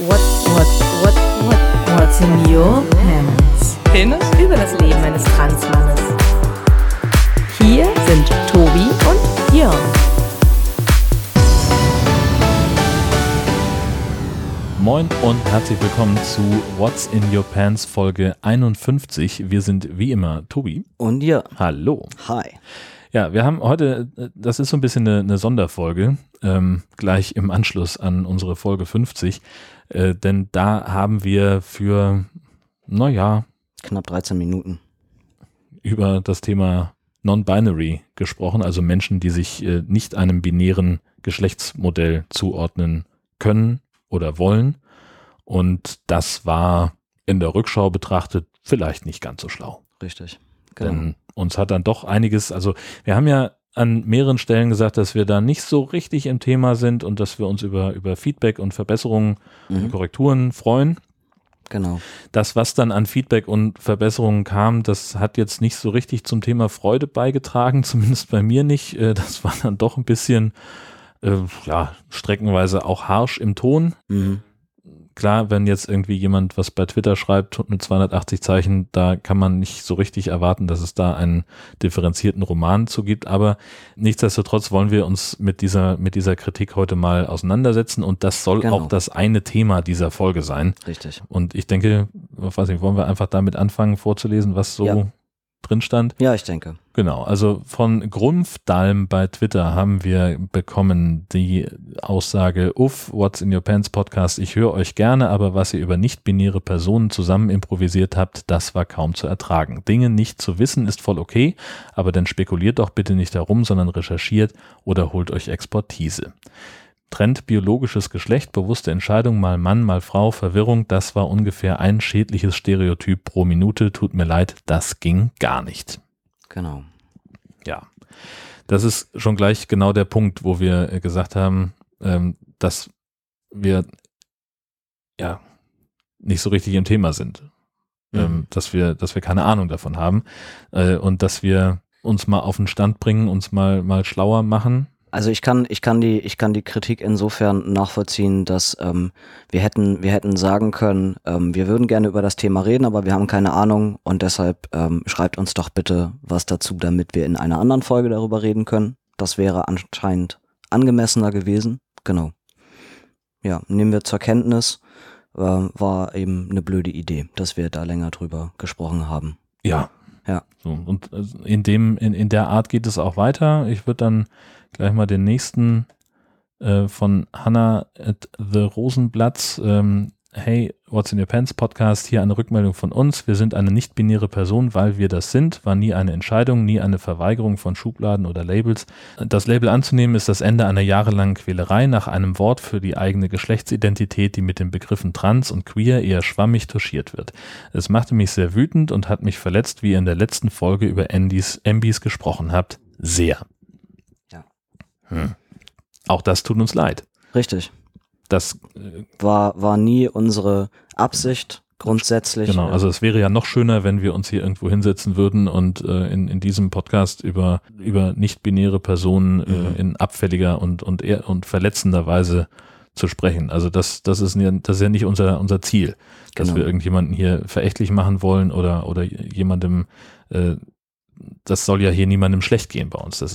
What's in your pants? Penis? Über das Leben eines Transmannes. Hier sind Tobi und Jörn. Moin und herzlich willkommen zu What's in Your Pants Folge 51. Wir sind wie immer Tobi. Und Jörn. Hallo. Hi. Ja, wir haben heute, das ist so ein bisschen eine Sonderfolge, gleich im Anschluss an unsere Folge 50, denn da haben wir für, knapp 13 Minuten über das Thema Non-Binary gesprochen, also Menschen, die sich nicht einem binären Geschlechtsmodell zuordnen können oder wollen, und das war in der Rückschau betrachtet vielleicht nicht ganz so schlau. Richtig. Genau. Denn uns hat dann doch einiges, also wir haben ja an mehreren Stellen gesagt, dass wir da nicht so richtig im Thema sind und dass wir uns über Feedback und Verbesserungen und Korrekturen freuen. Genau. Das, was dann an Feedback und Verbesserungen kam, das hat jetzt nicht so richtig zum Thema Freude beigetragen, zumindest bei mir nicht. Das war dann doch ein bisschen, streckenweise auch harsch im Ton. Mhm. Klar, wenn jetzt irgendwie jemand was bei Twitter schreibt mit 280 Zeichen, da kann man nicht so richtig erwarten, dass es da einen differenzierten Roman zu gibt, aber nichtsdestotrotz wollen wir uns mit dieser Kritik heute mal auseinandersetzen, und das soll auch das eine Thema dieser Folge sein. Richtig. Und ich denke, wollen wir einfach damit anfangen vorzulesen, was so drin stand? Ja, ich denke. Genau, also von Grumpfdalm bei Twitter haben wir bekommen die Aussage: What's in your pants Podcast, ich höre euch gerne, aber was ihr über nicht-binäre Personen zusammen improvisiert habt, das war kaum zu ertragen. Dinge nicht zu wissen ist voll okay, aber dann spekuliert doch bitte nicht herum, sondern recherchiert oder holt euch Expertise. Trennt biologisches Geschlecht, bewusste Entscheidung, mal Mann, mal Frau, Verwirrung, das war ungefähr ein schädliches Stereotyp pro Minute, tut mir leid, das ging gar nicht. Genau. Ja, das ist schon gleich genau der Punkt, wo wir gesagt haben, dass wir nicht so richtig im Thema sind, dass wir keine Ahnung davon haben, und dass wir uns mal auf den Stand bringen, uns mal schlauer machen. Also ich kann die Kritik insofern nachvollziehen, dass wir hätten sagen können, wir würden gerne über das Thema reden, aber wir haben keine Ahnung, und deshalb schreibt uns doch bitte was dazu, damit wir in einer anderen Folge darüber reden können. Das wäre anscheinend angemessener gewesen. Genau. Ja, nehmen wir zur Kenntnis, war eben eine blöde Idee, dass wir da länger drüber gesprochen haben. Ja. Ja. So, und in der Art geht es auch weiter. Ich würde dann gleich mal den nächsten von Hannah at the Rosenblatts. Hey, What's in your Pants Podcast, hier eine Rückmeldung von uns. Wir sind eine nicht-binäre Person, weil wir das sind. War nie eine Entscheidung, nie eine Verweigerung von Schubladen oder Labels. Das Label anzunehmen ist das Ende einer jahrelangen Quälerei nach einem Wort für die eigene Geschlechtsidentität, die mit den Begriffen trans und queer eher schwammig touchiert wird. Es machte mich sehr wütend und hat mich verletzt, wie ihr in der letzten Folge über Embis gesprochen habt. Sehr. Ja. Auch das tut uns leid. Richtig. Das war nie unsere Absicht grundsätzlich. Genau, also es wäre ja noch schöner, wenn wir uns hier irgendwo hinsetzen würden und in diesem Podcast über nicht-binäre Personen in abfälliger und verletzender Weise zu sprechen. Also das ist ja nicht unser Ziel, dass wir irgendjemanden hier verächtlich machen wollen oder jemandem, das soll ja hier niemandem schlecht gehen bei uns.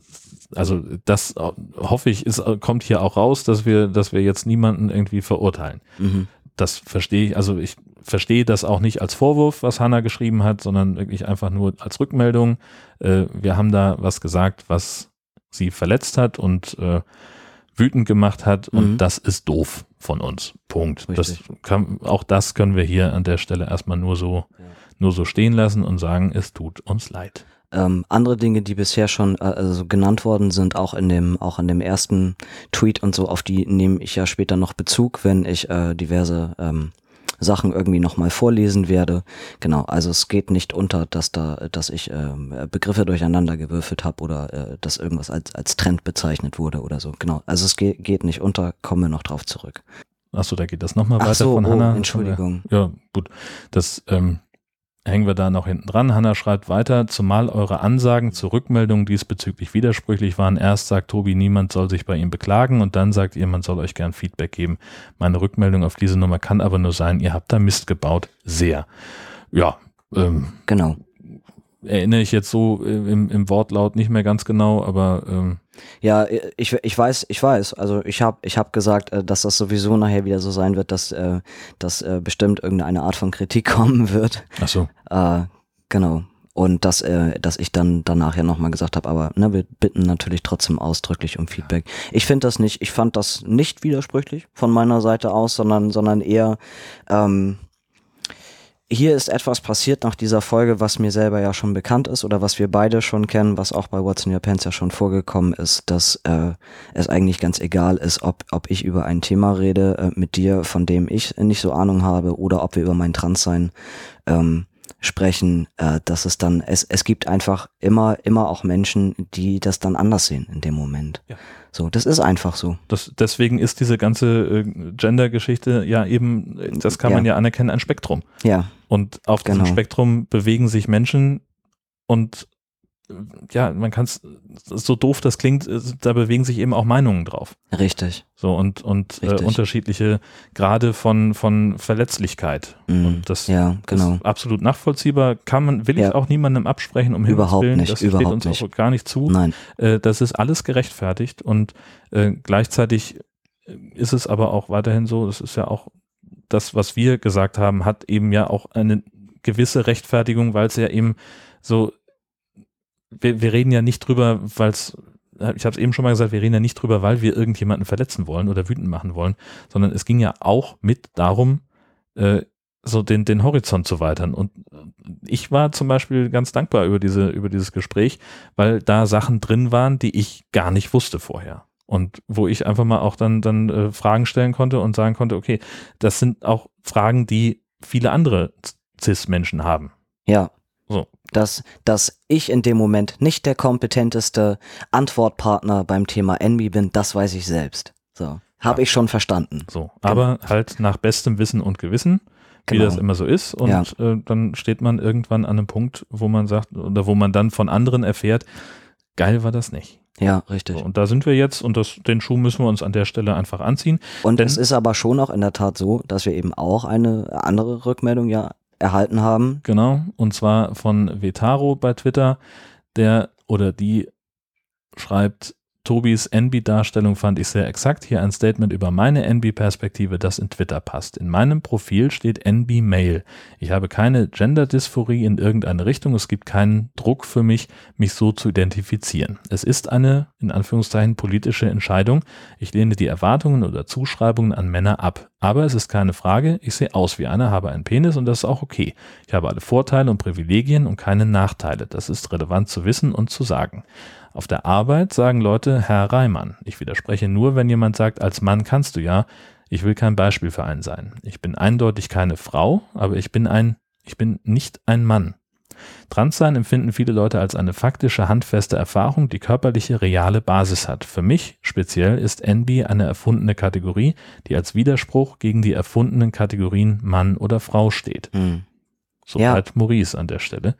Das hoffe ich, kommt hier auch raus, dass wir jetzt niemanden irgendwie verurteilen. Das verstehe ich, also ich verstehe das auch nicht als Vorwurf, was Hannah geschrieben hat, sondern wirklich einfach nur als Rückmeldung. Wir haben da was gesagt, was sie verletzt hat und wütend gemacht hat, und das ist doof von uns. Punkt. Auch das können wir hier an der Stelle erstmal nur so stehen lassen und sagen, es tut uns leid. Andere Dinge, die bisher schon genannt worden sind, auch in dem ersten Tweet und so, auf die nehme ich ja später noch Bezug, wenn ich diverse Sachen irgendwie nochmal vorlesen werde. Genau, also es geht nicht unter, dass ich Begriffe durcheinander gewürfelt habe oder dass irgendwas als Trend bezeichnet wurde oder so. Genau, also es geht nicht unter, kommen wir noch drauf zurück. Achso, da geht das nochmal weiter von Hannah. Entschuldigung. Ja, gut. Das hängen wir da noch hinten dran. Hanna schreibt weiter, zumal eure Ansagen zur Rückmeldung diesbezüglich widersprüchlich waren. Erst sagt Tobi, niemand soll sich bei ihm beklagen und dann sagt ihr, man soll euch gern Feedback geben. Meine Rückmeldung auf diese Nummer kann aber nur sein, ihr habt da Mist gebaut. Sehr. Ja. Genau. Erinnere ich jetzt so im Wortlaut nicht mehr ganz genau, aber ja, ich weiß. Also ich hab gesagt, dass das sowieso nachher wieder so sein wird, dass bestimmt irgendeine Art von Kritik kommen wird. Ach so. Genau. Und dass ich dann danach ja nochmal gesagt habe, aber wir bitten natürlich trotzdem ausdrücklich um Feedback. Ich fand das nicht widersprüchlich von meiner Seite aus, sondern eher hier ist etwas passiert nach dieser Folge, was mir selber ja schon bekannt ist oder was wir beide schon kennen, was auch bei What's in Your Pants ja schon vorgekommen ist, dass es eigentlich ganz egal ist, ob ich über ein Thema rede mit dir, von dem ich nicht so Ahnung habe, oder ob wir über mein Transsein sprechen, dass es dann, es gibt einfach immer auch Menschen, die das dann anders sehen in dem Moment. Ja. So, das ist einfach so. Deswegen ist diese ganze Gender-Geschichte ja eben, das kann man ja anerkennen, ein Spektrum. Ja. Und auf diesem Spektrum bewegen sich Menschen und ja, man kann es, so doof das klingt, da bewegen sich eben auch Meinungen drauf. Richtig. So und unterschiedliche Grade von Verletzlichkeit. Und das ist absolut nachvollziehbar. Will ich auch niemandem absprechen, um Himmels Willen. Das steht uns auch gar nicht zu. Nein. Das ist alles gerechtfertigt und gleichzeitig ist es aber auch weiterhin so, das ist ja auch das, was wir gesagt haben, hat eben ja auch eine gewisse Rechtfertigung, weil es ja eben so, wir reden ja nicht drüber, ich habe es eben schon mal gesagt, wir reden ja nicht drüber, weil wir irgendjemanden verletzen wollen oder wütend machen wollen, sondern es ging ja auch mit darum, so den Horizont zu weitern. Und ich war zum Beispiel ganz dankbar über dieses Gespräch, weil da Sachen drin waren, die ich gar nicht wusste vorher. Und wo ich einfach mal auch dann Fragen stellen konnte und sagen konnte, okay, das sind auch Fragen, die viele andere Cis-Menschen haben. Ja. So. Dass ich in dem Moment nicht der kompetenteste Antwortpartner beim Thema Envy bin, das weiß ich selbst. So, habe ich schon verstanden. So, aber halt nach bestem Wissen und Gewissen, wie das immer so ist. Und dann steht man irgendwann an einem Punkt, wo man sagt, oder wo man dann von anderen erfährt, geil war das nicht. Ja, richtig. So, und da sind wir jetzt und den Schuh müssen wir uns an der Stelle einfach anziehen. Und es ist aber schon auch in der Tat so, dass wir eben auch eine andere Rückmeldung erhalten haben. Genau, und zwar von Vetaro bei Twitter, der oder die schreibt, Tobis NB-Darstellung fand ich sehr exakt. Hier ein Statement über meine NB-Perspektive, das in Twitter passt. In meinem Profil steht NB-Male. Ich habe keine Gender-Dysphorie in irgendeine Richtung. Es gibt keinen Druck für mich so zu identifizieren. Es ist eine, in Anführungszeichen, politische Entscheidung. Ich lehne die Erwartungen oder Zuschreibungen an Männer ab. Aber es ist keine Frage, ich sehe aus wie einer, habe einen Penis und das ist auch okay. Ich habe alle Vorteile und Privilegien und keine Nachteile. Das ist relevant zu wissen und zu sagen. Auf der Arbeit sagen Leute, Herr Reimann. Ich widerspreche nur, wenn jemand sagt, als Mann kannst du ja. Ich will kein Beispiel für einen sein. Ich bin eindeutig keine Frau, aber ich bin nicht ein Mann. Transsein empfinden viele Leute als eine faktische, handfeste Erfahrung, die körperliche, reale Basis hat. Für mich speziell ist NB eine erfundene Kategorie, die als Widerspruch gegen die erfundenen Kategorien Mann oder Frau steht. Soweit Maurice an der Stelle.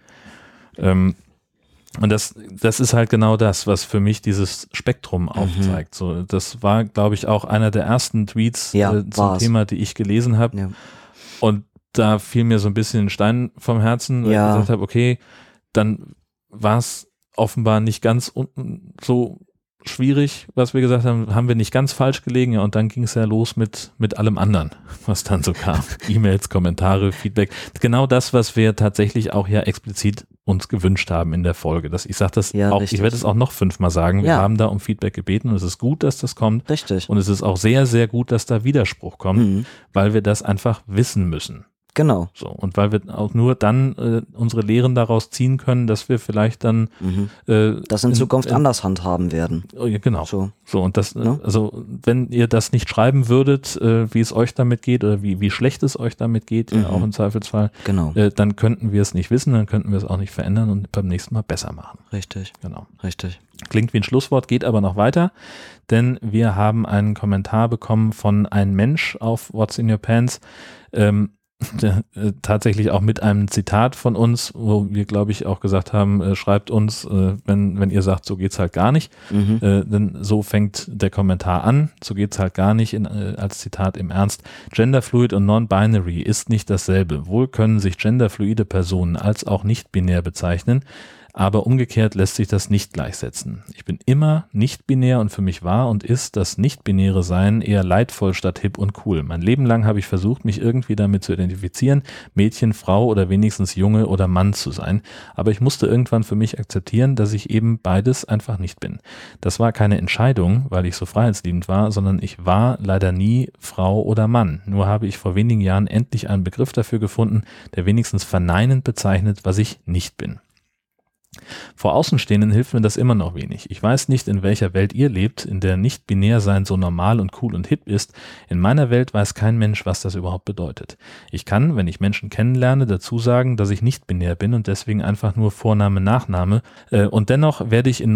Und das ist halt genau das, was für mich dieses Spektrum aufzeigt. So, das war, glaube ich, auch einer der ersten Tweets zum Thema, die ich gelesen habe. Ja. Und da fiel mir so ein bisschen ein Stein vom Herzen, weil ich gesagt habe, okay, dann war es offenbar nicht ganz so schwierig, was wir gesagt haben wir nicht ganz falsch gelegen, und dann ging es ja los mit allem anderen, was dann so kam. E-Mails, Kommentare, Feedback. Genau das, was wir tatsächlich auch ja explizit uns gewünscht haben in der Folge. Ich sage das auch, richtig. Ich werde es auch noch 5-mal sagen, wir haben da um Feedback gebeten und es ist gut, dass das kommt. Richtig. Und es ist auch sehr, sehr gut, dass da Widerspruch kommt, weil wir das einfach wissen müssen. Genau. So, und weil wir auch nur dann unsere Lehren daraus ziehen können, dass wir vielleicht dann das in Zukunft anders handhaben werden. Ja, genau. So und das, also wenn ihr das nicht schreiben würdet, wie es euch damit geht oder wie schlecht es euch damit geht, auch im Zweifelsfall, dann könnten wir es nicht wissen, dann könnten wir es auch nicht verändern und beim nächsten Mal besser machen. Richtig. Genau. Richtig. Klingt wie ein Schlusswort, geht aber noch weiter, denn wir haben einen Kommentar bekommen von einem Mensch auf What's in Your Pants, tatsächlich auch mit einem Zitat von uns, wo wir, glaube ich, auch gesagt haben, schreibt uns, wenn ihr sagt, so geht's halt gar nicht. Denn so fängt der Kommentar an, so geht's halt gar nicht, als Zitat im Ernst. Genderfluid und non-binary ist nicht dasselbe. Wohl können sich genderfluide Personen als auch nicht-binär bezeichnen, aber umgekehrt lässt sich das nicht gleichsetzen. Ich bin immer nicht-binär und für mich war und ist das nicht-binäre Sein eher leidvoll statt hip und cool. Mein Leben lang habe ich versucht, mich irgendwie damit zu identifizieren, Mädchen, Frau oder wenigstens Junge oder Mann zu sein. Aber ich musste irgendwann für mich akzeptieren, dass ich eben beides einfach nicht bin. Das war keine Entscheidung, weil ich so freiheitsliebend war, sondern ich war leider nie Frau oder Mann. Nur habe ich vor wenigen Jahren endlich einen Begriff dafür gefunden, der wenigstens verneinend bezeichnet, was ich nicht bin. Vor Außenstehenden hilft mir das immer noch wenig. Ich weiß nicht, in welcher Welt ihr lebt, in der Nicht-Binär-Sein so normal und cool und hip ist. In meiner Welt weiß kein Mensch, was das überhaupt bedeutet. Ich kann, wenn ich Menschen kennenlerne, dazu sagen, dass ich nicht binär bin und deswegen einfach nur Vorname, Nachname. Und dennoch werde ich in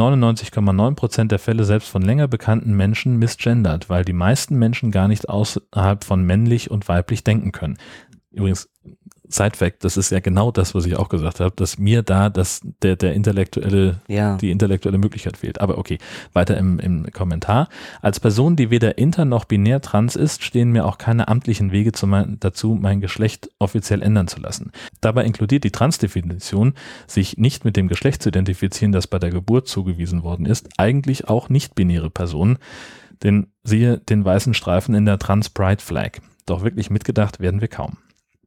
99,9% der Fälle selbst von länger bekannten Menschen misgendert, weil die meisten Menschen gar nicht außerhalb von männlich und weiblich denken können. Übrigens, Side-Fact, das ist ja genau das, was ich auch gesagt habe, dass mir da die intellektuelle Möglichkeit fehlt. Aber okay, weiter im Kommentar. Als Person, die weder inter noch binär trans ist, stehen mir auch keine amtlichen Wege dazu, mein Geschlecht offiziell ändern zu lassen. Dabei inkludiert die Transdefinition, sich nicht mit dem Geschlecht zu identifizieren, das bei der Geburt zugewiesen worden ist, eigentlich auch nicht-binäre Personen, denn siehe den weißen Streifen in der Trans-Pride-Flag. Doch wirklich mitgedacht werden wir kaum.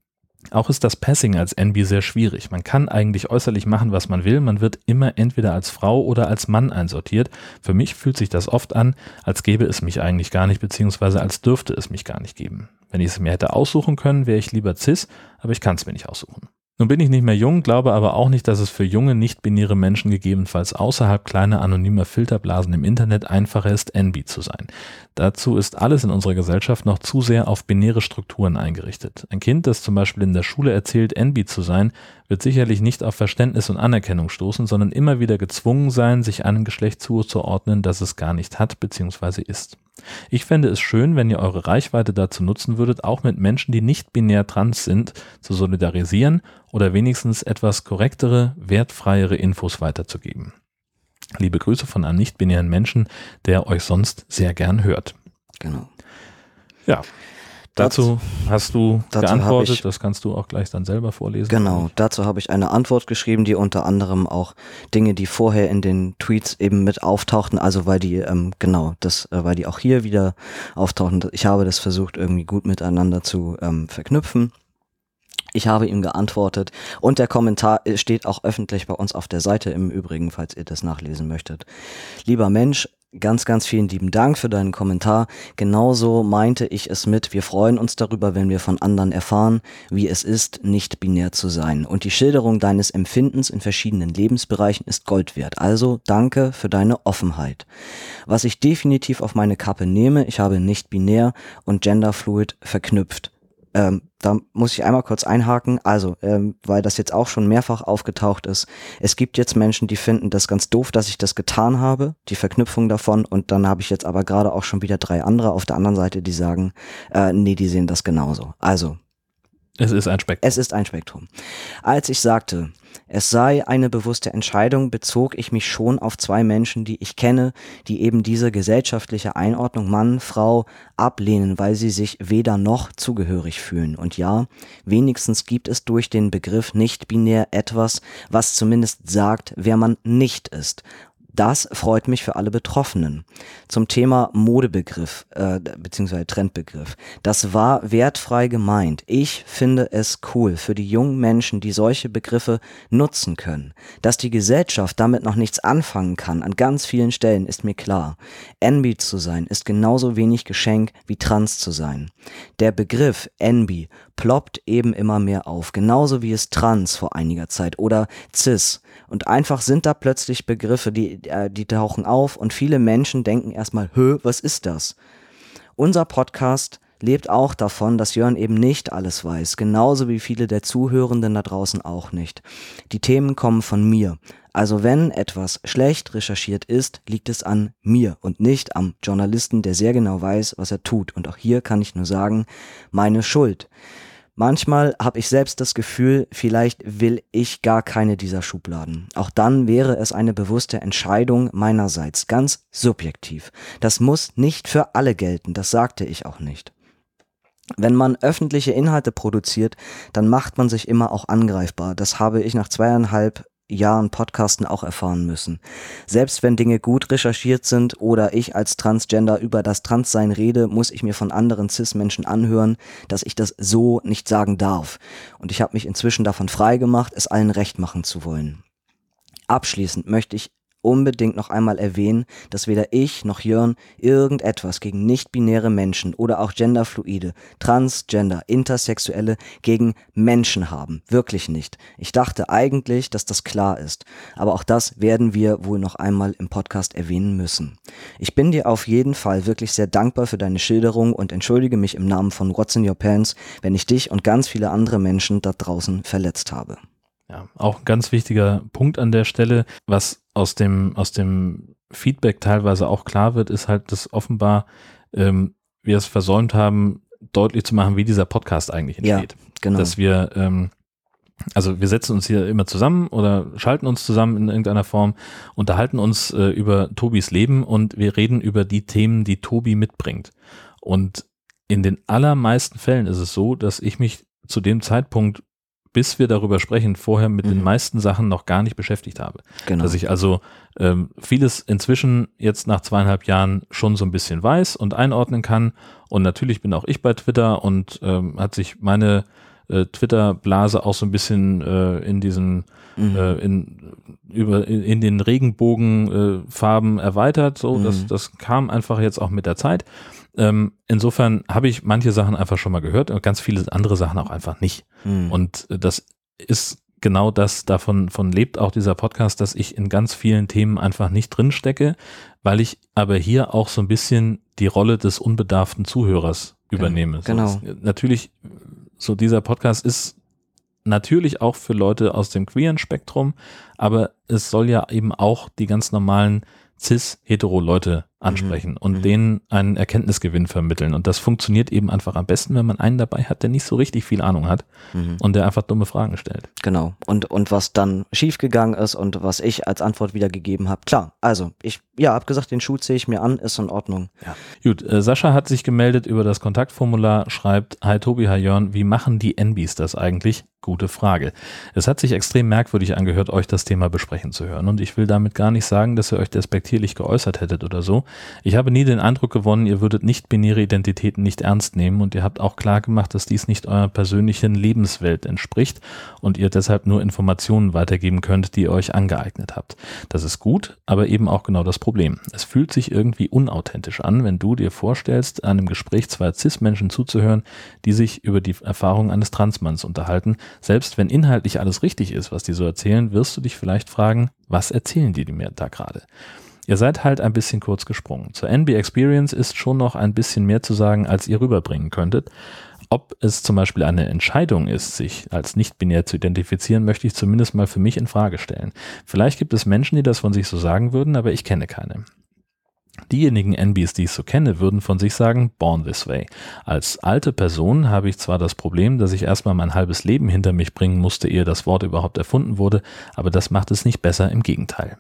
Auch ist das Passing als NB sehr schwierig. Man kann eigentlich äußerlich machen, was man will. Man wird immer entweder als Frau oder als Mann einsortiert. Für mich fühlt sich das oft an, als gäbe es mich eigentlich gar nicht, beziehungsweise als dürfte es mich gar nicht geben. Wenn ich es mir hätte aussuchen können, wäre ich lieber cis, aber ich kann es mir nicht aussuchen. Nun bin ich nicht mehr jung, glaube aber auch nicht, dass es für junge, nicht-binäre Menschen gegebenenfalls außerhalb kleiner anonymer Filterblasen im Internet einfacher ist, NB zu sein. Dazu ist alles in unserer Gesellschaft noch zu sehr auf binäre Strukturen eingerichtet. Ein Kind, das zum Beispiel in der Schule erzählt, NB zu sein, wird sicherlich nicht auf Verständnis und Anerkennung stoßen, sondern immer wieder gezwungen sein, sich einem Geschlecht zuzuordnen, das es gar nicht hat bzw. ist. Ich fände es schön, wenn ihr eure Reichweite dazu nutzen würdet, auch mit Menschen, die nicht binär trans sind, zu solidarisieren oder wenigstens etwas korrektere, wertfreiere Infos weiterzugeben. Liebe Grüße von einem nicht-binären Menschen, der euch sonst sehr gern hört. Genau. Ja. Dazu hast du geantwortet, das kannst du auch gleich dann selber vorlesen. Genau, dazu habe ich eine Antwort geschrieben, die unter anderem auch Dinge, die vorher in den Tweets eben mit auftauchten, also weil die, weil die auch hier wieder auftauchen. Ich habe das versucht irgendwie gut miteinander zu verknüpfen. Ich habe ihm geantwortet und der Kommentar steht auch öffentlich bei uns auf der Seite im Übrigen, falls ihr das nachlesen möchtet. Lieber Mensch, ganz, ganz vielen lieben Dank für deinen Kommentar. Genauso meinte ich es mit, wir freuen uns darüber, wenn wir von anderen erfahren, wie es ist, nicht binär zu sein. Und die Schilderung deines Empfindens in verschiedenen Lebensbereichen ist Gold wert. Also danke für deine Offenheit. Was ich definitiv auf meine Kappe nehme, ich habe nicht binär und genderfluid verknüpft. Da muss ich einmal kurz einhaken, weil das jetzt auch schon mehrfach aufgetaucht ist. Es gibt jetzt Menschen, die finden das ganz doof, dass ich das getan habe, die Verknüpfung davon, und dann habe ich jetzt aber gerade auch schon wieder 3 andere auf der anderen Seite, die sagen, nee, die sehen das genauso. Also, es ist ein Spektrum. Es ist ein Spektrum. Als ich sagte, es sei eine bewusste Entscheidung, bezog ich mich schon auf 2 Menschen, die ich kenne, die eben diese gesellschaftliche Einordnung Mann, Frau ablehnen, weil sie sich weder noch zugehörig fühlen. Und ja, wenigstens gibt es durch den Begriff nicht-binär etwas, was zumindest sagt, wer man nicht ist. Das freut mich für alle Betroffenen. Zum Thema Modebegriff bzw. Trendbegriff. Das war wertfrei gemeint. Ich finde es cool für die jungen Menschen, die solche Begriffe nutzen können. Dass die Gesellschaft damit noch nichts anfangen kann, an ganz vielen Stellen, ist mir klar. NB zu sein ist genauso wenig Geschenk wie trans zu sein. Der Begriff NB ploppt eben immer mehr auf, genauso wie es trans vor einiger Zeit oder cis. Und einfach sind da plötzlich Begriffe, die tauchen auf und viele Menschen denken erstmal, was ist das? Unser Podcast lebt auch davon, dass Jörn eben nicht alles weiß, genauso wie viele der Zuhörenden da draußen auch nicht. Die Themen kommen von mir. Also wenn etwas schlecht recherchiert ist, liegt es an mir und nicht am Journalisten, der sehr genau weiß, was er tut. Und auch hier kann ich nur sagen, meine Schuld. Manchmal habe ich selbst das Gefühl, vielleicht will ich gar keine dieser Schubladen. Auch dann wäre es eine bewusste Entscheidung meinerseits, ganz subjektiv. Das muss nicht für alle gelten, das sagte ich auch nicht. Wenn man öffentliche Inhalte produziert, dann macht man sich immer auch angreifbar. Das habe ich nach 2,5 Jahren Podcasten auch erfahren müssen. Selbst wenn Dinge gut recherchiert sind oder ich als Transgender über das Transsein rede, muss ich mir von anderen Cis-Menschen anhören, dass ich das so nicht sagen darf. Und ich habe mich inzwischen davon freigemacht, es allen recht machen zu wollen. Abschließend möchte ich unbedingt noch einmal erwähnen, dass weder ich noch Jörn irgendetwas gegen nicht-binäre Menschen oder auch Genderfluide, Transgender, Intersexuelle gegen Menschen haben. Wirklich nicht. Ich dachte eigentlich, dass das klar ist. Aber auch das werden wir wohl noch einmal im Podcast erwähnen müssen. Ich bin dir auf jeden Fall wirklich sehr dankbar für deine Schilderung und entschuldige mich im Namen von What's in Your Pants, wenn ich dich und ganz viele andere Menschen da draußen verletzt habe. Ja, auch ein ganz wichtiger Punkt an der Stelle, was aus dem Feedback teilweise auch klar wird, ist halt, dass offenbar wir es versäumt haben, deutlich zu machen, wie dieser Podcast eigentlich entsteht. Ja, genau. Dass wir, also wir setzen uns hier immer zusammen oder schalten uns zusammen in irgendeiner Form, unterhalten uns über Tobis Leben und wir reden über die Themen, die Tobi mitbringt. Und in den allermeisten Fällen ist es so, dass ich mich zu dem Zeitpunkt, bis wir darüber sprechen, vorher mit den meisten Sachen noch gar nicht beschäftigt habe. Genau. Dass ich also vieles inzwischen jetzt nach 2,5 Jahren schon so ein bisschen weiß und einordnen kann. Und natürlich bin auch ich bei Twitter und hat sich meine Twitter-Blase auch so ein bisschen in diesen in den Regenbogenfarben erweitert. So, das kam einfach jetzt auch mit der Zeit. Insofern habe ich manche Sachen einfach schon mal gehört und ganz viele andere Sachen auch einfach nicht. Und das ist genau das, davon lebt auch dieser Podcast, dass ich in ganz vielen Themen einfach nicht drin stecke, weil ich aber hier auch so ein bisschen die Rolle des unbedarften Zuhörers übernehme. Genau. So, natürlich, so dieser Podcast ist natürlich auch für Leute aus dem queeren Spektrum, aber es soll ja eben auch die ganz normalen cis-hetero-Leute ansprechen und denen einen Erkenntnisgewinn vermitteln. Und das funktioniert eben einfach am besten, wenn man einen dabei hat, der nicht so richtig viel Ahnung hat und der einfach dumme Fragen stellt. Genau. Und was dann schiefgegangen ist und was ich als Antwort wiedergegeben habe. Klar, also ich habe gesagt, den Schuh ziehe ich mir an, ist in Ordnung. Ja. Gut, Sascha hat sich gemeldet über das Kontaktformular, schreibt: Hi Tobi, hi Jörn, wie machen die NBs das eigentlich? Gute Frage. Es hat sich extrem merkwürdig angehört, euch das Thema besprechen zu hören. Und ich will damit gar nicht sagen, dass ihr euch despektierlich geäußert hättet oder so. Ich habe nie den Eindruck gewonnen, ihr würdet nicht-binäre Identitäten nicht ernst nehmen und ihr habt auch klar gemacht, dass dies nicht eurer persönlichen Lebenswelt entspricht und ihr deshalb nur Informationen weitergeben könnt, die ihr euch angeeignet habt. Das ist gut, aber eben auch genau das Problem. Es fühlt sich irgendwie unauthentisch an, wenn du dir vorstellst, einem Gespräch zweier Cis-Menschen zuzuhören, die sich über die Erfahrung eines Transmanns unterhalten. Selbst wenn inhaltlich alles richtig ist, was die so erzählen, wirst du dich vielleicht fragen, was erzählen die mir da gerade? Ihr seid halt ein bisschen kurz gesprungen. Zur NB Experience ist schon noch ein bisschen mehr zu sagen, als ihr rüberbringen könntet. Ob es zum Beispiel eine Entscheidung ist, sich als nicht-binär zu identifizieren, möchte ich zumindest mal für mich in Frage stellen. Vielleicht gibt es Menschen, die das von sich so sagen würden, aber ich kenne keine. Diejenigen NBs, die ich so kenne, würden von sich sagen, born this way. Als alte Person habe ich zwar das Problem, dass ich erstmal mein halbes Leben hinter mich bringen musste, ehe das Wort überhaupt erfunden wurde, aber das macht es nicht besser, im Gegenteil.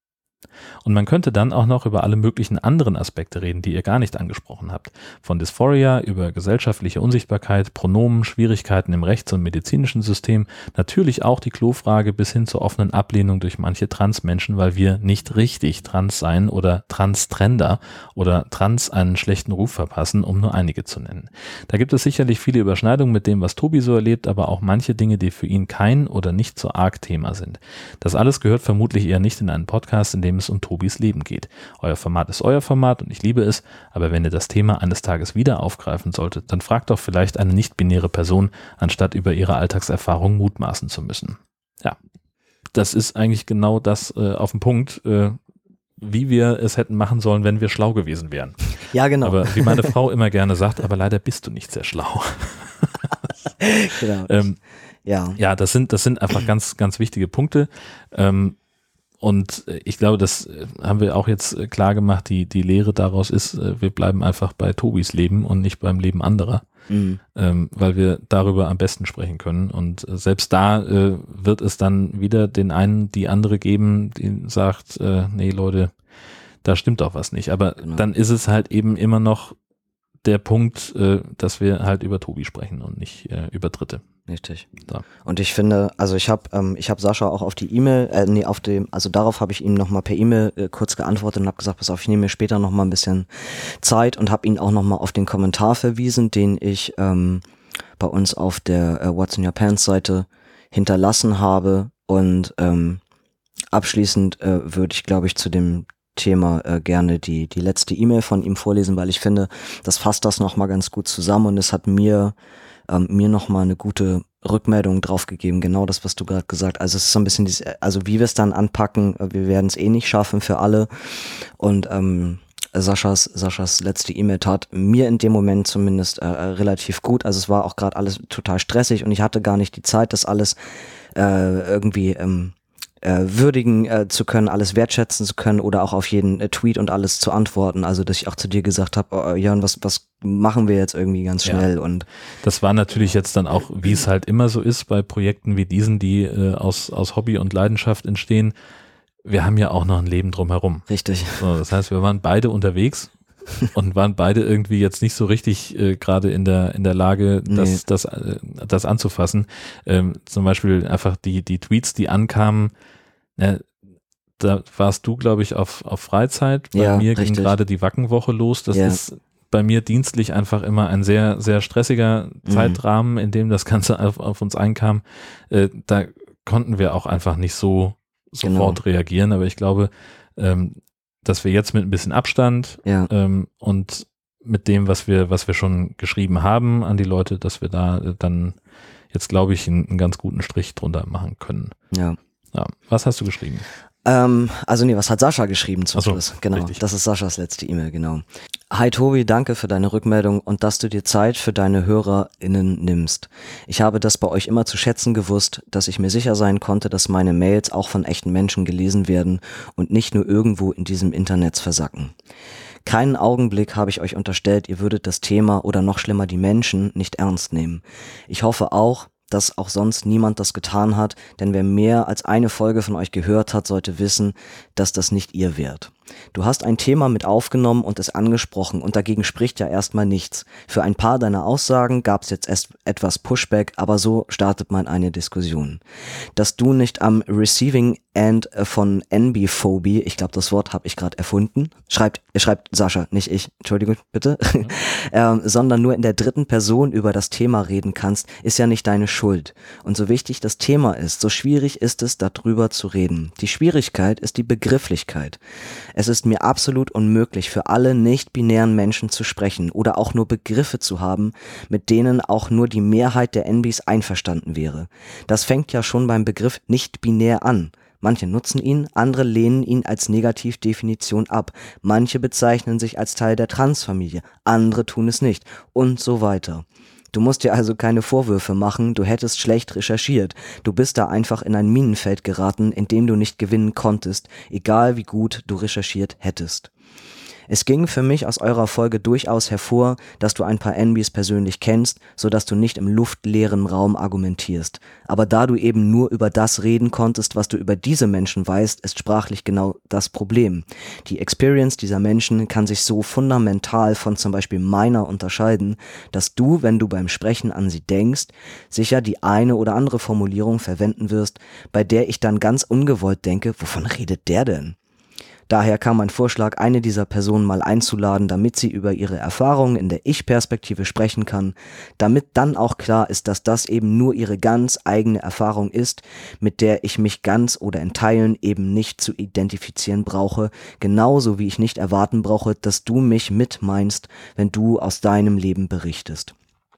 Und man könnte dann auch noch über alle möglichen anderen Aspekte reden, die ihr gar nicht angesprochen habt. Von Dysphoria über gesellschaftliche Unsichtbarkeit, Pronomen, Schwierigkeiten im Rechts- und medizinischen System, natürlich auch die Klofrage bis hin zur offenen Ablehnung durch manche Transmenschen, weil wir nicht richtig trans sein oder Transtrender oder trans einen schlechten Ruf verpassen, um nur einige zu nennen. Da gibt es sicherlich viele Überschneidungen mit dem, was Tobi so erlebt, aber auch manche Dinge, die für ihn kein oder nicht so arg Thema sind. Das alles gehört vermutlich eher nicht in einen Podcast, in dem es um Tobis Leben geht. Euer Format ist euer Format und ich liebe es, aber wenn ihr das Thema eines Tages wieder aufgreifen solltet, dann fragt doch vielleicht eine nicht-binäre Person, anstatt über ihre Alltagserfahrung mutmaßen zu müssen. Ja, das ist eigentlich genau das auf den Punkt, wie wir es hätten machen sollen, wenn wir schlau gewesen wären. Ja, genau. Aber wie meine Frau immer gerne sagt, aber leider bist du nicht sehr schlau. Genau. Ja, das sind einfach ganz, ganz wichtige Punkte. Und ich glaube, das haben wir auch jetzt klar gemacht, die Lehre daraus ist, wir bleiben einfach bei Tobis Leben und nicht beim Leben anderer, weil wir darüber am besten sprechen können. Und selbst da wird es dann wieder den einen, die andere geben, die sagt, nee Leute, da stimmt doch was nicht. Aber dann ist es halt eben immer noch der Punkt, dass wir halt über Tobi sprechen und nicht über Dritte. Richtig. So. Und ich finde, also ich hab Sascha auch auf die E-Mail, darauf habe ich ihm nochmal per E-Mail kurz geantwortet und habe gesagt, pass auf, ich nehme mir später nochmal ein bisschen Zeit und habe ihn auch nochmal auf den Kommentar verwiesen, den ich bei uns auf der What's in Your Pants Seite hinterlassen habe. Und abschließend würde ich, glaube ich, zu dem Thema gerne die letzte E-Mail von ihm vorlesen, weil ich finde, das fasst das nochmal ganz gut zusammen und es hat mir nochmal eine gute Rückmeldung drauf gegeben, genau das, was du gerade gesagt hast. Also es ist so ein bisschen also wie wir es dann anpacken, wir werden es eh nicht schaffen für alle und Saschas letzte E-Mail tat mir in dem Moment zumindest relativ gut, also es war auch gerade alles total stressig und ich hatte gar nicht die Zeit, das alles irgendwie würdigen zu können, alles wertschätzen zu können oder auch auf jeden Tweet und alles zu antworten. Also dass ich auch zu dir gesagt habe, oh, Jörn, was machen wir jetzt irgendwie ganz schnell? Ja. Und das war natürlich jetzt dann auch, wie es halt immer so ist bei Projekten wie diesen, die aus Hobby und Leidenschaft entstehen. Wir haben ja auch noch ein Leben drumherum. Richtig. So, das heißt, wir waren beide unterwegs und waren beide irgendwie jetzt nicht so richtig gerade in der Lage, das anzufassen. Zum Beispiel einfach die Tweets, die ankamen, da warst du, glaube ich, auf Freizeit. Bei mir ging gerade die Wackenwoche los. Das ist bei mir dienstlich einfach immer ein sehr, sehr stressiger Zeitrahmen, in dem das Ganze auf uns einkam. Da konnten wir auch einfach nicht so sofort reagieren. Aber ich glaube, dass wir jetzt mit ein bisschen Abstand und mit dem, was wir schon geschrieben haben an die Leute, dass wir da dann jetzt, glaube ich, einen ganz guten Strich drunter machen können. Ja. Was hast du geschrieben? Was hat Sascha geschrieben zum Schluss? Genau, richtig. Das ist Saschas letzte E-Mail, genau. Hi Tobi, danke für deine Rückmeldung und dass du dir Zeit für deine HörerInnen nimmst. Ich habe das bei euch immer zu schätzen gewusst, dass ich mir sicher sein konnte, dass meine Mails auch von echten Menschen gelesen werden und nicht nur irgendwo in diesem Internet versacken. Keinen Augenblick habe ich euch unterstellt, ihr würdet das Thema oder noch schlimmer die Menschen nicht ernst nehmen. Ich hoffe auch, dass auch sonst niemand das getan hat, denn wer mehr als eine Folge von euch gehört hat, sollte wissen, dass das nicht ihr wärt. Du hast ein Thema mit aufgenommen und es angesprochen und dagegen spricht ja erstmal nichts. Für ein paar deiner Aussagen gab es jetzt erst etwas Pushback, aber so startet man eine Diskussion. Dass du nicht am Receiving End von NB-Phobie, ich glaube das Wort habe ich gerade erfunden, schreibt Sascha, nicht ich, Entschuldigung bitte, sondern nur in der dritten Person über das Thema reden kannst, ist ja nicht deine Schuld. Und so wichtig das Thema ist, so schwierig ist es, darüber zu reden. Die Schwierigkeit ist die Begrifflichkeit. Es ist mir absolut unmöglich, für alle nicht-binären Menschen zu sprechen oder auch nur Begriffe zu haben, mit denen auch nur die Mehrheit der NBs einverstanden wäre. Das fängt ja schon beim Begriff nicht-binär an. Manche nutzen ihn, andere lehnen ihn als Negativdefinition ab. Manche bezeichnen sich als Teil der Transfamilie, andere tun es nicht und so weiter. Du musst dir also keine Vorwürfe machen, du hättest schlecht recherchiert. Du bist da einfach in ein Minenfeld geraten, in dem du nicht gewinnen konntest, egal wie gut du recherchiert hättest. Es ging für mich aus eurer Folge durchaus hervor, dass du ein paar NBs persönlich kennst, sodass du nicht im luftleeren Raum argumentierst. Aber da du eben nur über das reden konntest, was du über diese Menschen weißt, ist sprachlich genau das Problem. Die Experience dieser Menschen kann sich so fundamental von zum Beispiel meiner unterscheiden, dass du, wenn du beim Sprechen an sie denkst, sicher die eine oder andere Formulierung verwenden wirst, bei der ich dann ganz ungewollt denke, wovon redet der denn? Daher kam mein Vorschlag, eine dieser Personen mal einzuladen, damit sie über ihre Erfahrungen in der Ich-Perspektive sprechen kann, damit dann auch klar ist, dass das eben nur ihre ganz eigene Erfahrung ist, mit der ich mich ganz oder in Teilen eben nicht zu identifizieren brauche, genauso wie ich nicht erwarten brauche, dass du mich mit meinst, wenn du aus deinem Leben berichtest.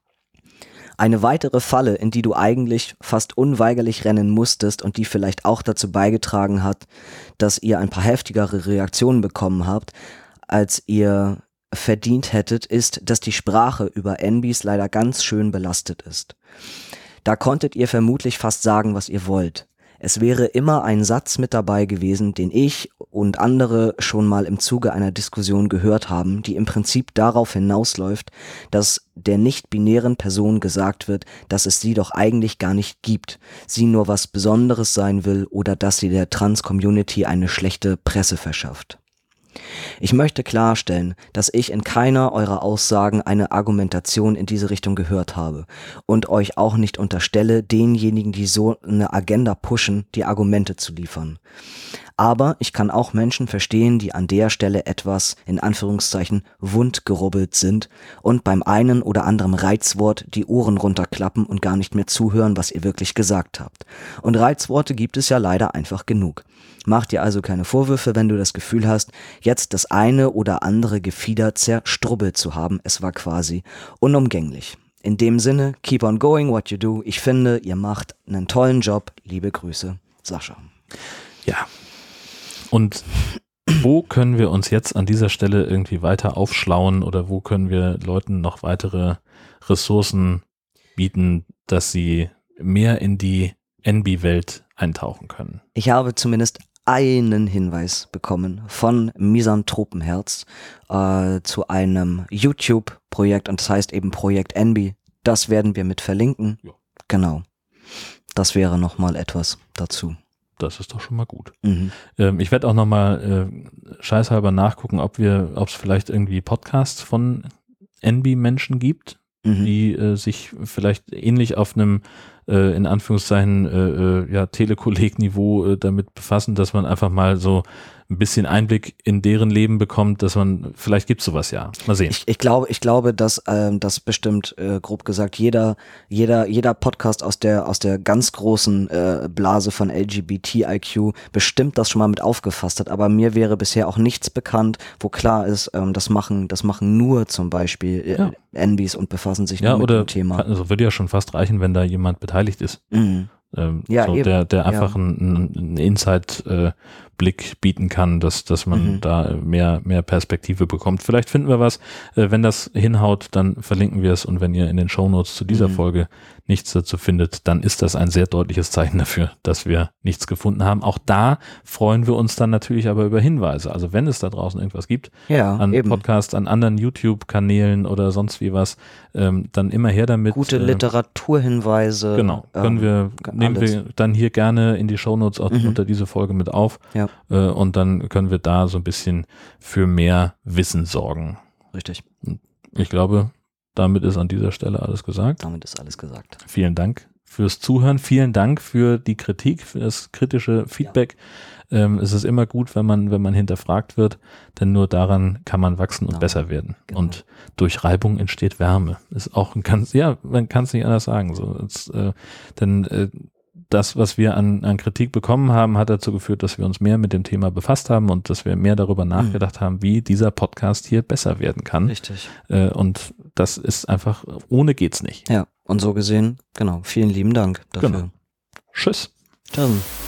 Eine weitere Falle, in die du eigentlich fast unweigerlich rennen musstest und die vielleicht auch dazu beigetragen hat, dass ihr ein paar heftigere Reaktionen bekommen habt, als ihr verdient hättet, ist, dass die Sprache über NBs leider ganz schön belastet ist. Da konntet ihr vermutlich fast sagen, was ihr wollt. Es wäre immer ein Satz mit dabei gewesen, den ich und andere schon mal im Zuge einer Diskussion gehört haben, die im Prinzip darauf hinausläuft, dass der nicht-binären Person gesagt wird, dass es sie doch eigentlich gar nicht gibt, sie nur was Besonderes sein will oder dass sie der Trans-Community eine schlechte Presse verschafft. Ich möchte klarstellen, dass ich in keiner eurer Aussagen eine Argumentation in diese Richtung gehört habe und euch auch nicht unterstelle, denjenigen, die so eine Agenda pushen, die Argumente zu liefern. Aber ich kann auch Menschen verstehen, die an der Stelle etwas, in Anführungszeichen, wundgerubbelt sind und beim einen oder anderen Reizwort die Ohren runterklappen und gar nicht mehr zuhören, was ihr wirklich gesagt habt. Und Reizworte gibt es ja leider einfach genug. Mach dir also keine Vorwürfe, wenn du das Gefühl hast, jetzt das eine oder andere Gefieder zerstrubbelt zu haben. Es war quasi unumgänglich. In dem Sinne, keep on going what you do. Ich finde, ihr macht einen tollen Job. Liebe Grüße, Sascha. Ja. Und wo können wir uns jetzt an dieser Stelle irgendwie weiter aufschlauen oder wo können wir Leuten noch weitere Ressourcen bieten, dass sie mehr in die NB-Welt eintauchen können? Ich habe zumindest einen Hinweis bekommen von Misanthropenherz zu einem YouTube-Projekt und das heißt eben Projekt NB. Das werden wir mit verlinken. Ja. Genau. Das wäre nochmal etwas dazu. Das ist doch schon mal gut. Mhm. Ich werde auch nochmal scheißhalber nachgucken, ob es vielleicht irgendwie Podcasts von NB-Menschen gibt, die sich vielleicht ähnlich auf einem in Anführungszeichen Telekolleg-Niveau damit befassen, dass man einfach mal so ein bisschen Einblick in deren Leben bekommt, dass man, vielleicht gibt es sowas ja. Mal sehen. Ich glaube, dass das bestimmt, grob gesagt, jeder Podcast aus der ganz großen Blase von LGBTIQ bestimmt das schon mal mit aufgefasst hat, aber mir wäre bisher auch nichts bekannt, wo klar ist, das machen nur zum Beispiel NBs und befassen sich nur mit dem Thema. Also würde ja schon fast reichen, wenn da jemand beteiligt ist. Mhm. Der einfach einen Inside-Blick bieten kann, dass man da mehr Perspektive bekommt. Vielleicht finden wir was, wenn das hinhaut, dann verlinken wir es und wenn ihr in den Shownotes zu dieser Folge nichts dazu findet, dann ist das ein sehr deutliches Zeichen dafür, dass wir nichts gefunden haben. Auch da freuen wir uns dann natürlich aber über Hinweise. Also wenn es da draußen irgendwas gibt, an Podcasts, an anderen YouTube-Kanälen oder sonst wie was, dann immer her damit. Gute Literaturhinweise. Genau, nehmen wir dann hier gerne in die Shownotes auch unter diese Folge mit auf und dann können wir da so ein bisschen für mehr Wissen sorgen. Richtig. Ich glaube, damit ist an dieser Stelle alles gesagt. Damit ist alles gesagt. Vielen Dank fürs Zuhören. Vielen Dank für die Kritik, für das kritische Feedback. Es ist immer gut, wenn man hinterfragt wird, denn nur daran kann man wachsen und besser werden. Genau. Und durch Reibung entsteht Wärme. Ist auch man kann es nicht anders sagen. Denn das, was wir an Kritik bekommen haben, hat dazu geführt, dass wir uns mehr mit dem Thema befasst haben und dass wir mehr darüber nachgedacht haben, wie dieser Podcast hier besser werden kann. Richtig. Und das ist einfach, ohne geht's nicht. Ja, und so gesehen, genau, vielen lieben Dank dafür. Genau. Tschüss. Tschüss.